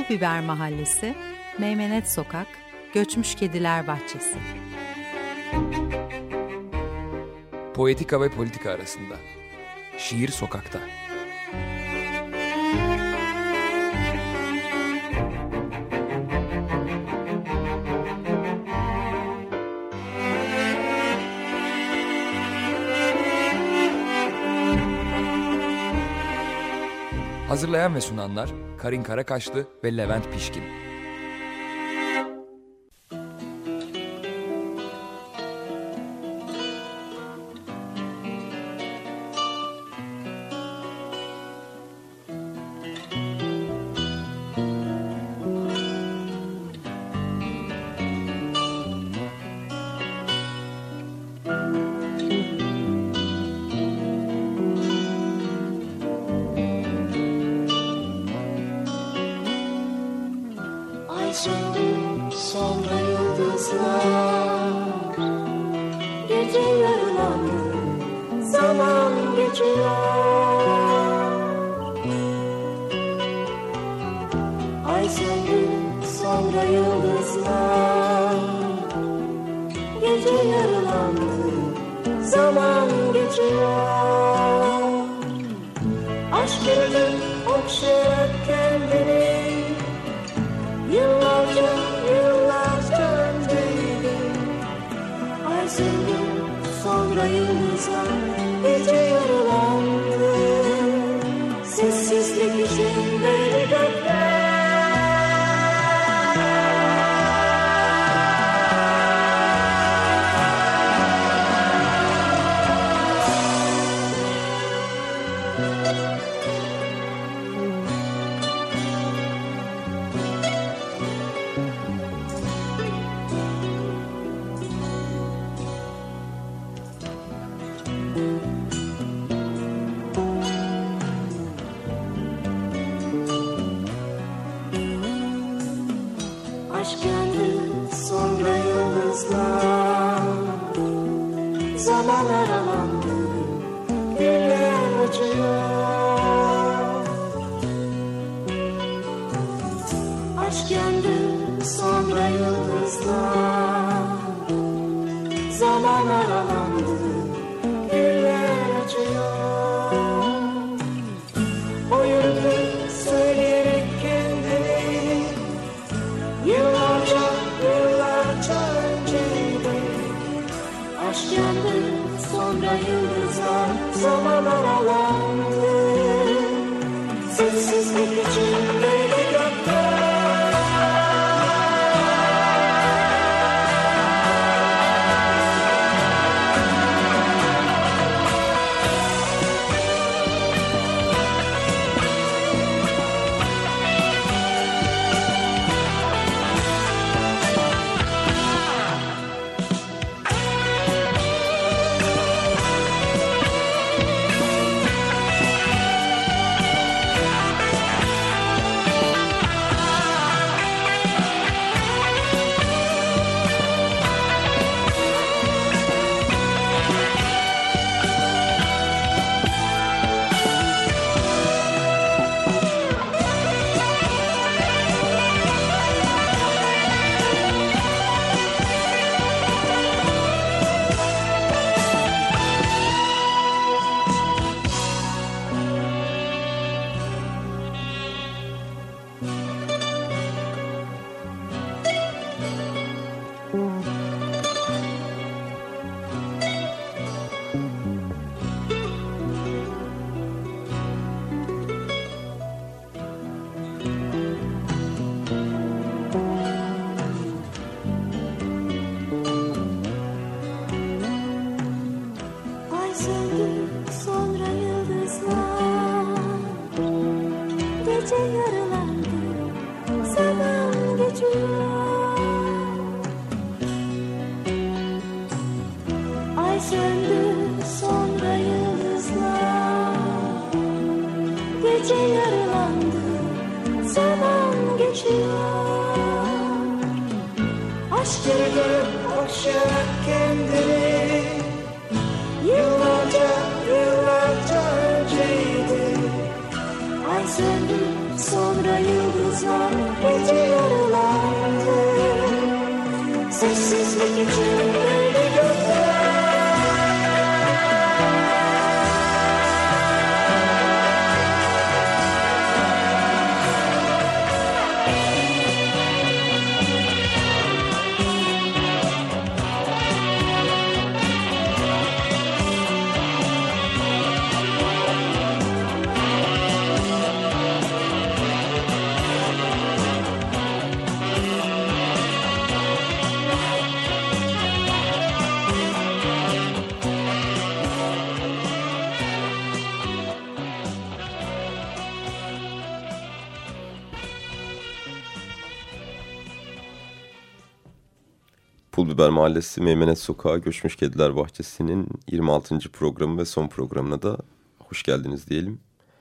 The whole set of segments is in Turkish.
Ulubiber Mahallesi, Meymenet Sokak, Göçmüş Kediler Bahçesi. Poetika ve politika arasında. Şiir sokakta. Hazırlayan ve sunanlar Karin Karakaşlı ve Levent Pişkin. Sonra yıldızlar gece yarılandı, zaman geçiyor. Ay söndü, sonra yıldızlar gece yarılandı, zaman geçiyor. Aşk yürüdü, okşayarak kendini, yıllarca önceydi. Ay söndü, sonra yıldızlar gece yarılandı. Sessizlik içindeydi gökler. Aşk yandı, sonra yıldızlar, zaman aralandı, güller açıyor. Aşk yandı, sonra yıldızlar, zaman aralandı, güller açıyor. O yürüdü, söyleyerek kendini, yıllarca önceydi. Aşk yandı, sonra yıldızlar, zaman aralandı. Sessizlik içindeydi gökler. Sonra yıldızlar gece yarılandı, zaman geçiyor. Ay söndü, sonra yıldızlar gece yarılandı, zaman geçiyor. Aşk yürüdü, okşayarak kendini, yıllarca önceydi. Ay söndü, sonra yıldızlar Pulbiber Mahallesi Meymenet Sokağı Göçmüş Kediler Bahçesi'nin 26. programı ve son programına da hoş geldiniz diyelim.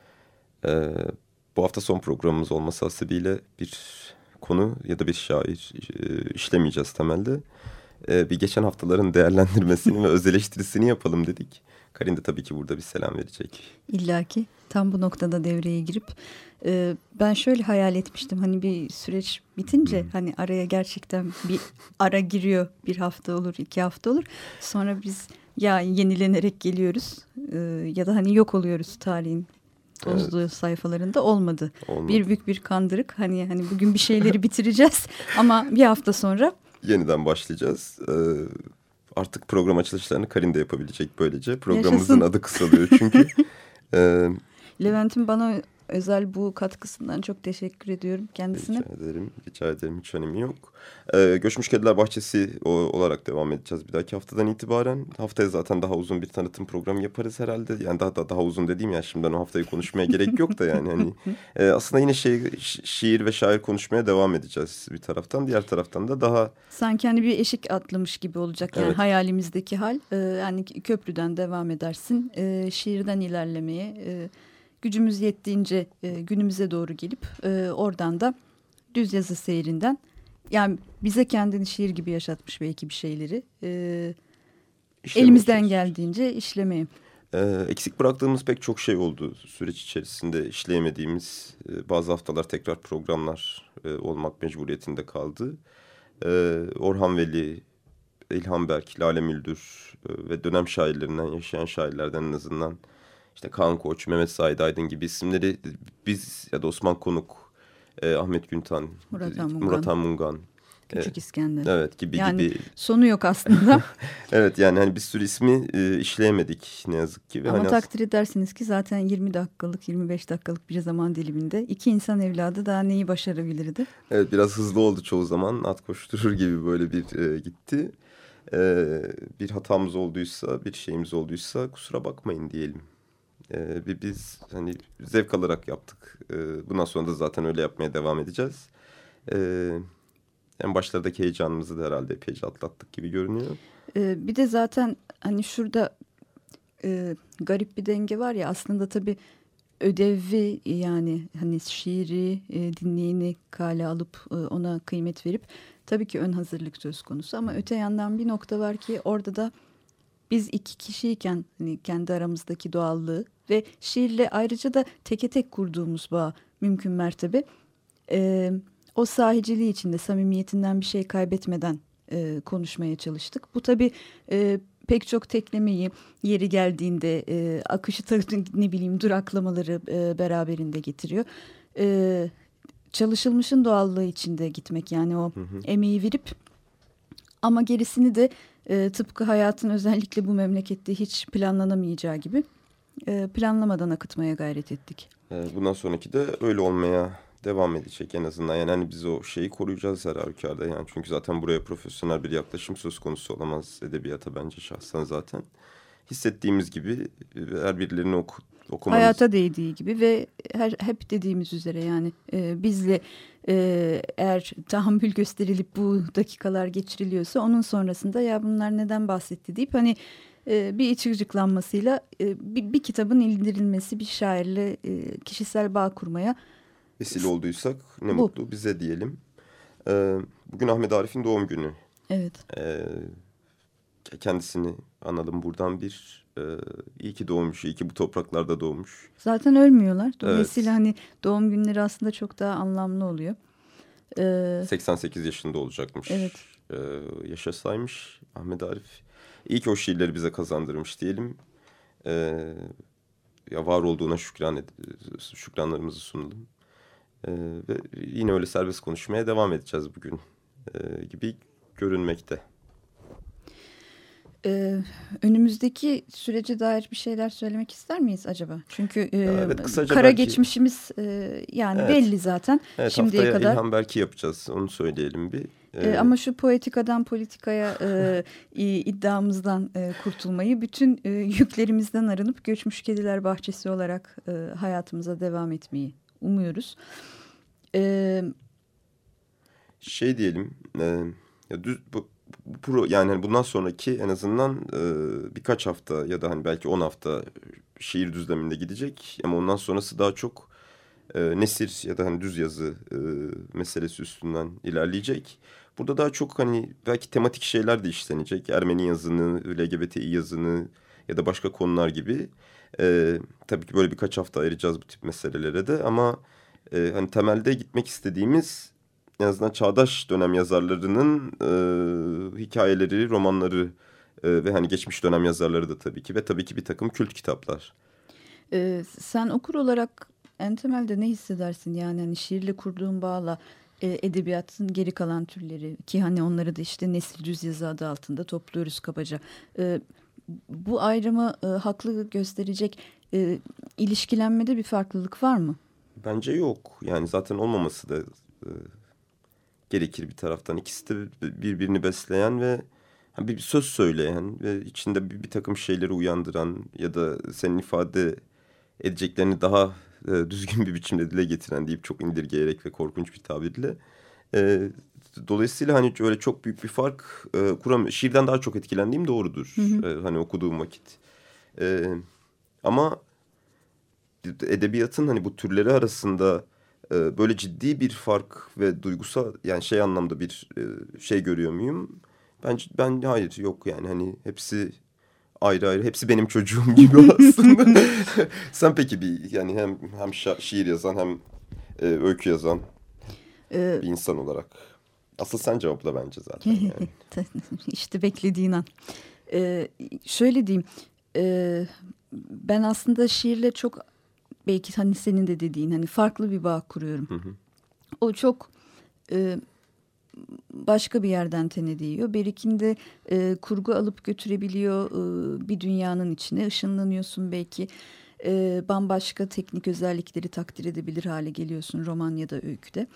Bu hafta son programımız olması hasebiyle bir konu ya da bir şair işlemeyeceğiz temelde. Bir geçen haftaların değerlendirmesini ve öz eleştirisini yapalım dedik. Karin de tabii ki burada bir selam verecek. İlla ki tam bu noktada devreye girip ben şöyle hayal etmiştim, hani bir süreç bitince hani araya gerçekten bir ara giriyor, bir hafta olur, 2 hafta olur, sonra biz ya yenilenerek geliyoruz ya da hani yok oluyoruz tarihin tozlu sayfalarında. Olmadı. Bir büyük bir kandırık, hani bugün bir şeyleri bitireceğiz ama bir hafta sonra yeniden başlayacağız. Artık program açılışlarını Karin de yapabilecek böylece. Programımızın adı kısalıyor çünkü. Levent'in bana özel bu katkısından çok teşekkür ediyorum kendisine. Rica ederim. Hiç önemi yok. Göçmüş Kediler Bahçesi olarak devam edeceğiz bir dahaki haftadan itibaren. Haftaya zaten daha uzun bir tanıtım programı yaparız herhalde. Yani daha uzun dediğim ya, şimdiden o haftayı konuşmaya gerek yok da yani. Hani aslında yine şiir ve şair konuşmaya devam edeceğiz bir taraftan. Diğer taraftan da daha... Sanki hani bir eşik atlamış gibi olacak yani, evet. Hayalimizdeki hal. Yani köprüden devam edersin. Şiirden ilerlemeye... gücümüz yettiğince günümüze doğru gelip oradan da düz yazı seyrinden, yani bize kendini şiir gibi yaşatmış belki bir şeyleri elimizden geldiğince işlemeye. Eksik bıraktığımız pek çok şey oldu süreç içerisinde, işleyemediğimiz bazı haftalar tekrar programlar olmak mecburiyetinde kaldı. Orhan Veli, İlhan Berk, Lale Müldür ve dönem şairlerinden, yaşayan şairlerden en azından... İşte Kaan Koç, Mehmet Said Aydın gibi isimleri biz ya da Osman Konuk, Ahmet Güntan, Murat Han Mungan, Küçük İskender. Evet gibi. Sonu yok aslında. Evet, yani hani bir sürü ismi işleyemedik ne yazık ki. Ve ama hani takdir edersiniz ki zaten 20 dakikalık 25 dakikalık bir zaman diliminde 2 insan evladı daha neyi başarabilirdi? Evet, biraz hızlı oldu çoğu zaman, at koşturur gibi böyle bir gitti. Bir hatamız olduysa, bir şeyimiz olduysa kusura bakmayın diyelim. Biz hani zevk alarak yaptık. Bundan sonra da zaten öyle yapmaya devam edeceğiz. En başlardaki heyecanımızı da herhalde epeyce atlattık gibi görünüyor. Bir de zaten hani şurada garip bir denge var ya aslında, tabii ödevi, yani hani şiiri dinleyeni kale alıp ona kıymet verip tabii ki ön hazırlık söz konusu, ama öte yandan bir nokta var ki orada da biz 2 kişiyken hani kendi aramızdaki doğallığı ve şiirle ayrıca da teke tek kurduğumuz bağ mümkün mertebe o sahiciliği içinde samimiyetinden bir şey kaybetmeden konuşmaya çalıştık. Bu tabii pek çok teklemeyi, yeri geldiğinde akışı ne bileyim duraklamaları beraberinde getiriyor. Çalışılmışın doğallığı içinde gitmek, yani o emeği verip ama gerisini de tıpkı hayatın özellikle bu memlekette hiç planlanamayacağı gibi planlamadan akıtmaya gayret ettik. Bundan sonraki de öyle olmaya devam edecek en azından. Yani hani biz o şeyi koruyacağız her halükarda. Yani çünkü zaten buraya profesyonel bir yaklaşım söz konusu olamaz edebiyata, bence şahsen zaten. Hissettiğimiz gibi her birilerini okumanız... Hayata değdiği gibi ve hep dediğimiz üzere yani bizle eğer tahammül gösterilip bu dakikalar geçiriliyorsa onun sonrasında ya bunlar neden bahsetti deyip hani bir iç gıcıklanmasıyla bir kitabın indirilmesi, bir şairle kişisel bağ kurmaya vesile olduysak ne mutlu bize diyelim. Bugün Ahmet Arif'in doğum günü. Evet. Kendisini analım buradan iyi ki doğmuş, iyi ki bu topraklarda doğmuş. Zaten ölmüyorlar. Dolayısıyla evet. Hani doğum günleri aslında çok daha anlamlı oluyor. 88 yaşında olacakmış. Evet. Yaşasaymış Ahmet Arif. İyi ki o şiirleri bize kazandırmış diyelim. Ya var olduğuna şükranlarımızı sunalım. Ve yine öyle serbest konuşmaya devam edeceğiz bugün gibi görünmekte. Önümüzdeki sürece dair bir şeyler söylemek ister miyiz acaba? Çünkü evet, kara geçmişimiz yani evet. Belli zaten. Evet, şimdiye haftaya kadar. İlhan Berk'i yapacağız, onu söyleyelim bir. Ama şu poetikadan politikaya iddiamızdan kurtulmayı, bütün yüklerimizden arınıp Göçmüş Kediler Bahçesi olarak hayatımıza devam etmeyi umuyoruz. Diyelim, yani hani bundan sonraki en azından birkaç hafta ya da hani belki 10 hafta şiir düzleminde gidecek. Ama ondan sonrası daha çok nesir ya da hani düz yazı meselesi üstünden ilerleyecek. Burada daha çok hani belki tematik şeyler de işlenecek. Ermeni yazını, LGBTİ yazını ya da başka konular gibi. Tabii ki böyle birkaç hafta ayıracağız bu tip meselelere de. Ama hani temelde gitmek istediğimiz en azından çağdaş dönem yazarlarının hikayeleri, romanları ve hani geçmiş dönem yazarları da tabii ki. Ve tabii ki bir takım kült kitaplar. Sen okur olarak en temelde ne hissedersin? Yani hani şiirle kurduğun bağla edebiyatın geri kalan türleri ki hani onları da işte nesil düz yazı adı altında topluyoruz kabaca. Bu ayrımı haklı gösterecek ilişkilenmede bir farklılık var mı? Bence yok. Yani zaten olmaması da gerekir bir taraftan. İkisi de birbirini besleyen ve bir söz söyleyen ve içinde bir takım şeyleri uyandıran ya da senin ifade edeceklerini daha düzgün bir biçimde dile getiren deyip çok indirgeyerek ve korkunç bir tabirle. Dolayısıyla hani öyle çok büyük bir fark kuramıyorum. Şiirden daha çok etkilendiğim doğrudur. Hı hı. Hani okuduğum vakit. Ama edebiyatın hani bu türleri arasında böyle ciddi bir fark ve duygusal yani şey anlamda bir şey görüyor muyum? Ben hayır yok yani hani hepsi ayrı ayrı hepsi benim çocuğum gibi aslında. Sen peki bir yani hem şiir yazan hem öykü yazan bir insan olarak. Asıl sen cevapla bence zaten. Yani. İşte beklediğin an. Şöyle diyeyim. Ben aslında şiirle çok belki hani senin de dediğin hani farklı bir bağ kuruyorum. Hı hı. O çok başka bir yerden tene değiyor. Berikinde kurgu alıp götürebiliyor bir dünyanın içine. Işınlanıyorsun belki. Bambaşka teknik özellikleri takdir edebilir hale geliyorsun roman ya da öyküde.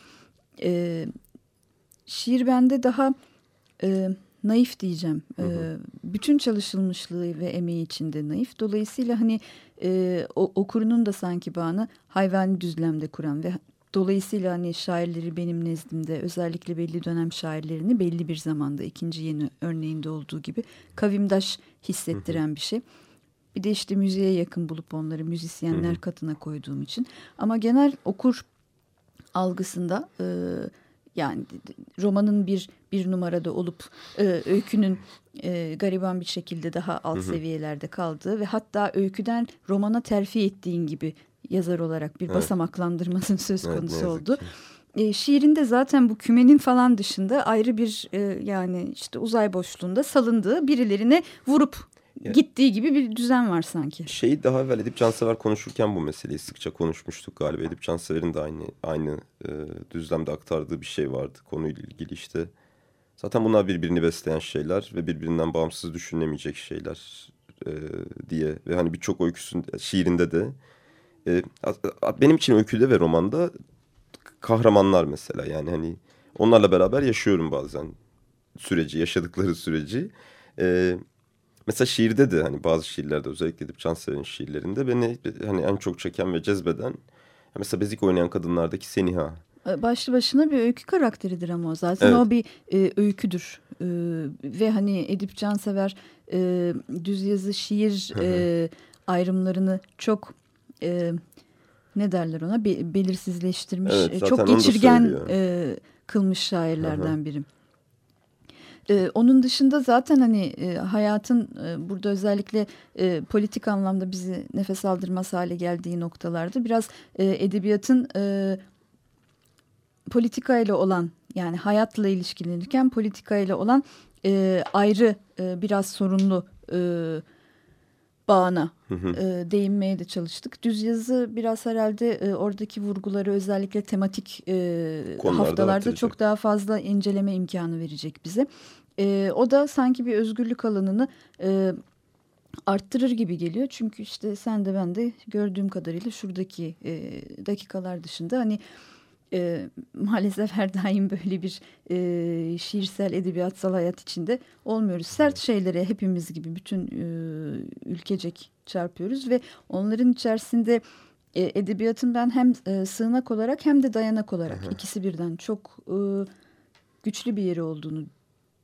Şiir bende daha naif diyeceğim. Hı hı. Bütün çalışılmışlığı ve emeği içinde naif. Dolayısıyla hani okurunun da sanki bağını hayvani düzlemde kuran ve dolayısıyla hani şairleri benim nezdimde özellikle belli dönem şairlerini belli bir zamanda ikinci yeni örneğinde olduğu gibi kavimdaş hissettiren hı hı. bir şey. Bir de işte müziğe yakın bulup onları müzisyenler hı hı. katına koyduğum için. Ama genel okur algısında yani romanın bir numarada olup öykünün gariban bir şekilde daha alt hı hı. seviyelerde kaldığı ve hatta öyküden romana terfi ettiğin gibi yazar olarak bir evet. basamaklandırmanın söz konusu evet, oldu. Şiirinde zaten bu kümenin falan dışında ayrı bir yani işte uzay boşluğunda salındığı birilerine vurup gittiği gibi bir düzen var sanki. Şeyi daha evvel Edip Cansever konuşurken bu meseleyi sıkça konuşmuştuk galiba. Edip Cansever'in de aynı düzlemde aktardığı bir şey vardı konuyla ilgili işte. Zaten bunlar birbirini besleyen şeyler ve birbirinden bağımsız düşünülemeyecek şeyler diye. Ve hani birçok öyküsünde, şiirinde de benim için öyküde ve romanda kahramanlar mesela. Yani hani onlarla beraber yaşıyorum bazen yaşadıkları süreci. Mesela şiirde de hani bazı şiirlerde özellikle Edip Cansever'in şiirlerinde beni hani en çok çeken ve cezbeden mesela Bezik oynayan kadınlardaki Seniha. Başlı başına bir öykü karakteridir ama o zaten evet. O bir öyküdür ve hani Edip Cansever düz yazı şiir ayrımlarını çok ne derler ona belirsizleştirmiş evet, çok geçirgen kılmış şairlerden biri. Onun dışında zaten hani hayatın burada özellikle politik anlamda bizi nefes aldırmaz hale geldiği noktalarda biraz edebiyatın politikayla olan yani hayatla ilişkilenirken politikayla olan ayrı biraz sorunlu bağına değinmeye de çalıştık. Düz yazı biraz herhalde oradaki vurguları özellikle tematik haftalarda çok daha fazla inceleme imkanı verecek bize. O da sanki bir özgürlük alanını arttırır gibi geliyor. Çünkü işte sen de ben de gördüğüm kadarıyla şuradaki dakikalar dışında hani maalesef her daim böyle bir şiirsel edebiyatsal hayat içinde olmuyoruz. Sert şeylere hepimiz gibi bütün ülkecek çarpıyoruz ve onların içerisinde edebiyatın ben hem sığınak olarak hem de dayanak olarak ikisi birden çok güçlü bir yeri olduğunu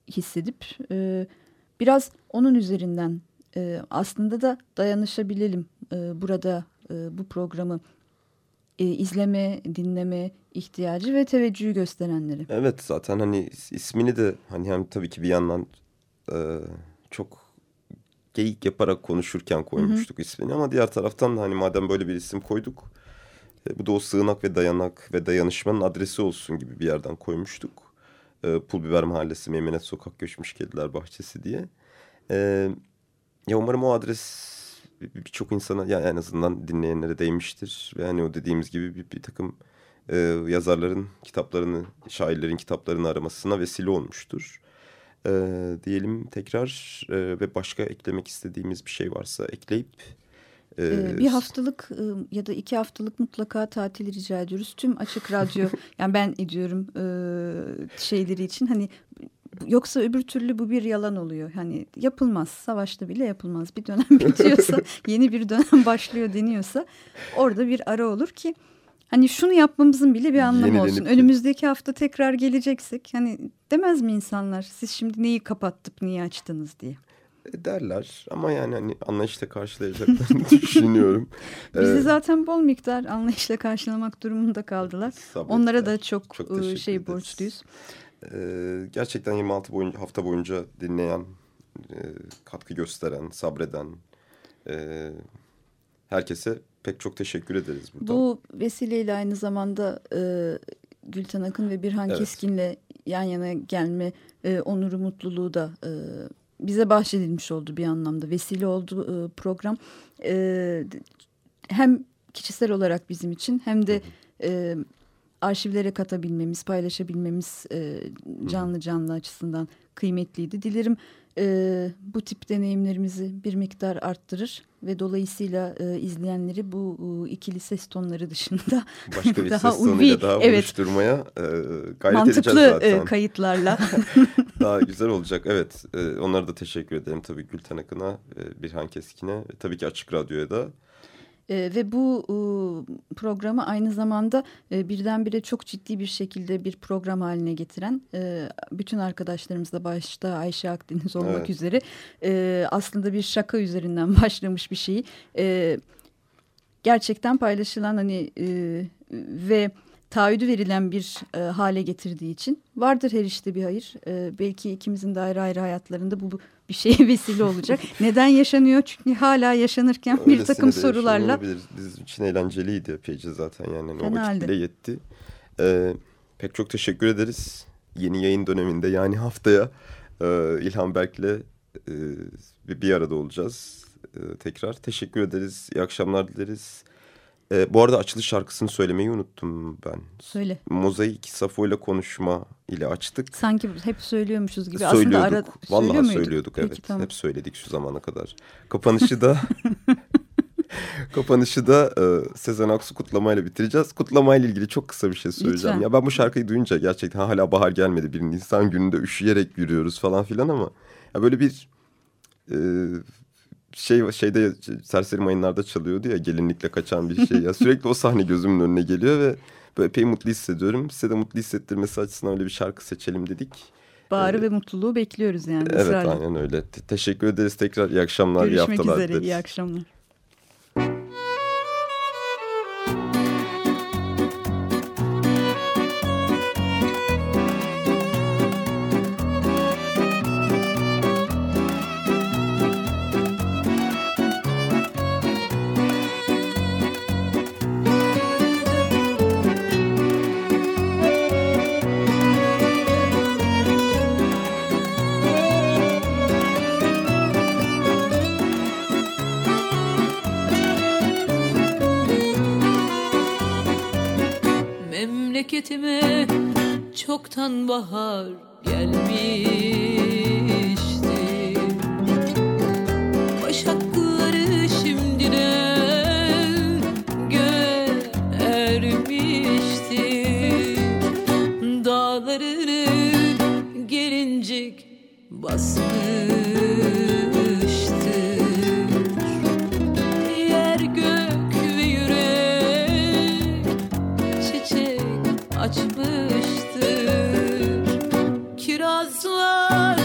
hissedip biraz onun üzerinden aslında da dayanışabilelim burada bu programı izleme, dinleme ihtiyacı ve teveccühü gösterenleri. Evet, zaten hani ismini de hani hem tabii ki bir yandan çok geyik yaparak konuşurken koymuştuk ismini, ama diğer taraftan da hani madem böyle bir isim koyduk, bu da o sığınak ve dayanak ve dayanışmanın adresi olsun gibi bir yerden koymuştuk. Pulbiber Mahallesi, Meymenet Sokak, Göçmüş Kediler Bahçesi diye. Ya umarım o adres birçok insana, yani en azından dinleyenlere değmiştir. Ve hani o dediğimiz gibi bir takım yazarların kitaplarını, şairlerin kitaplarını aramasına vesile olmuştur. Diyelim tekrar ve başka eklemek istediğimiz bir şey varsa ekleyip. Bir haftalık ya da 2 haftalık mutlaka tatil rica ediyoruz. Tüm Açık Radyo, yani ben ediyorum şeyleri için, hani yoksa öbür türlü bu bir yalan oluyor. Hani yapılmaz, savaşta bile yapılmaz. Bir dönem bitiyorsa yeni bir dönem başlıyor deniyorsa orada bir ara olur ki hani şunu yapmamızın bile bir anlamı olsun. Önümüzdeki hafta tekrar geleceksek hani demez mi insanlar, siz şimdi neyi kapattık, niye açtınız diye. Derler ama yani hani anlayışla karşılayacaklarını düşünüyorum. Bizi zaten bol miktar anlayışla karşılamak durumunda kaldılar. Onlara da çok şey borçluyuz. Gerçekten 26 hafta boyunca dinleyen, katkı gösteren, sabreden herkese pek çok teşekkür ederiz buradan. Bu vesileyle aynı zamanda Gülten Akın ve Birhan Keskin'le yan yana gelme onuru, mutluluğu da bize bahşedilmiş oldu bir anlamda. Vesile oldu program. Hem kişisel olarak bizim için hem de arşivlere katabilmemiz, paylaşabilmemiz canlı canlı açısından kıymetliydi. Dilerim bu tip deneyimlerimizi bir miktar arttırır ve dolayısıyla izleyenleri bu ikili ses tonları dışında başka bir daha ses tonuyla daha oluşturmaya gayret edeceğiz zaten. Mantıklı kayıtlarla. Daha güzel olacak. Evet, onlara da teşekkür ederim tabii Gülten Akın'a, Birhan Keskin'e, tabii ki Açık Radyo'ya da. Ve bu programı aynı zamanda birdenbire çok ciddi bir şekilde bir program haline getiren bütün arkadaşlarımızla, başta Ayşe Akdeniz olmak üzere aslında bir şaka üzerinden başlamış bir şeyi gerçekten paylaşılan hani ve taahhüdü verilen bir hale getirdiği için vardır her işte bir hayır. Belki ikimizin de ayrı ayrı hayatlarında bu bir şeye vesile olacak. Neden yaşanıyor? Çünkü hala yaşanırken bir takım sorularla. Bizim için eğlenceliydi epeyce zaten, yani o vakit bile yetti. Pek çok teşekkür ederiz. Yeni yayın döneminde, yani haftaya İlhan Berk'le bir arada olacağız. Tekrar teşekkür ederiz. İyi akşamlar dileriz. Bu arada açılış şarkısını söylemeyi unuttum ben. Söyle. Mozaik Safo'yla konuşma ile açtık. Sanki hep söylüyormuşuz gibi. Söylüyorduk. Aslında Vallahi söylüyorduk. Peki, evet. Tamam. Hep söyledik şu zamana kadar. Kapanışı da Sezen Aksu kutlamayla bitireceğiz. Kutlamayla ilgili çok kısa bir şey söyleyeceğim. Lütfen. Ya ben bu şarkıyı duyunca gerçekten hala bahar gelmedi. Bir Nisan gününde üşüyerek yürüyoruz falan filan, ama ya böyle bir şeyde Serseri Mayınlar'da çalıyordu ya, gelinlikle kaçan bir şey. Ya sürekli o sahne gözümün önüne geliyor ve böyle epey mutlu hissediyorum. Size de mutlu hissettirmesi açısından öyle bir şarkı seçelim dedik. Baharı ve mutluluğu bekliyoruz yani. Evet, ısrarla. aynen öyle. Teşekkür ederiz tekrar. İyi akşamlar, iyi haftalar. Görüşmek üzere, iyi akşamlar. Memleketime çoktan bahar gelmişti. Başakları şimdiden görmüştü. Dağlarını gelincik basmıştır. Yer gök ve yürek çiçek açmıştır. Kirazlar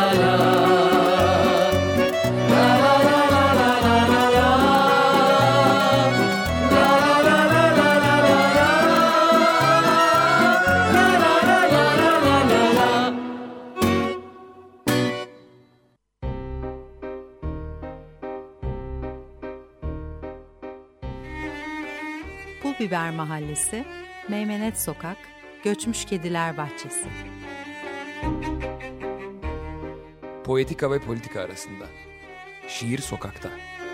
Pulbiber Mahallesi, Meymenet Sokak, Göçmüş Kediler Bahçesi. Poetika ve politika arasında. Şiir sokakta.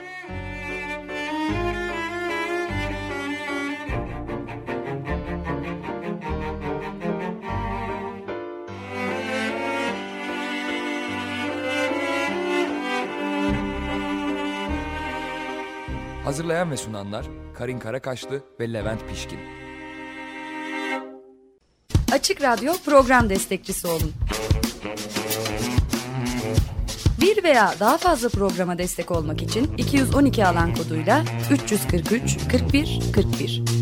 Hazırlayan ve sunanlar Karin Karakaşlı ve Levent Pişkin. Açık Radyo program destekçisi olun. Bir veya daha fazla programa destek olmak için 212 alan koduyla 343 41 41.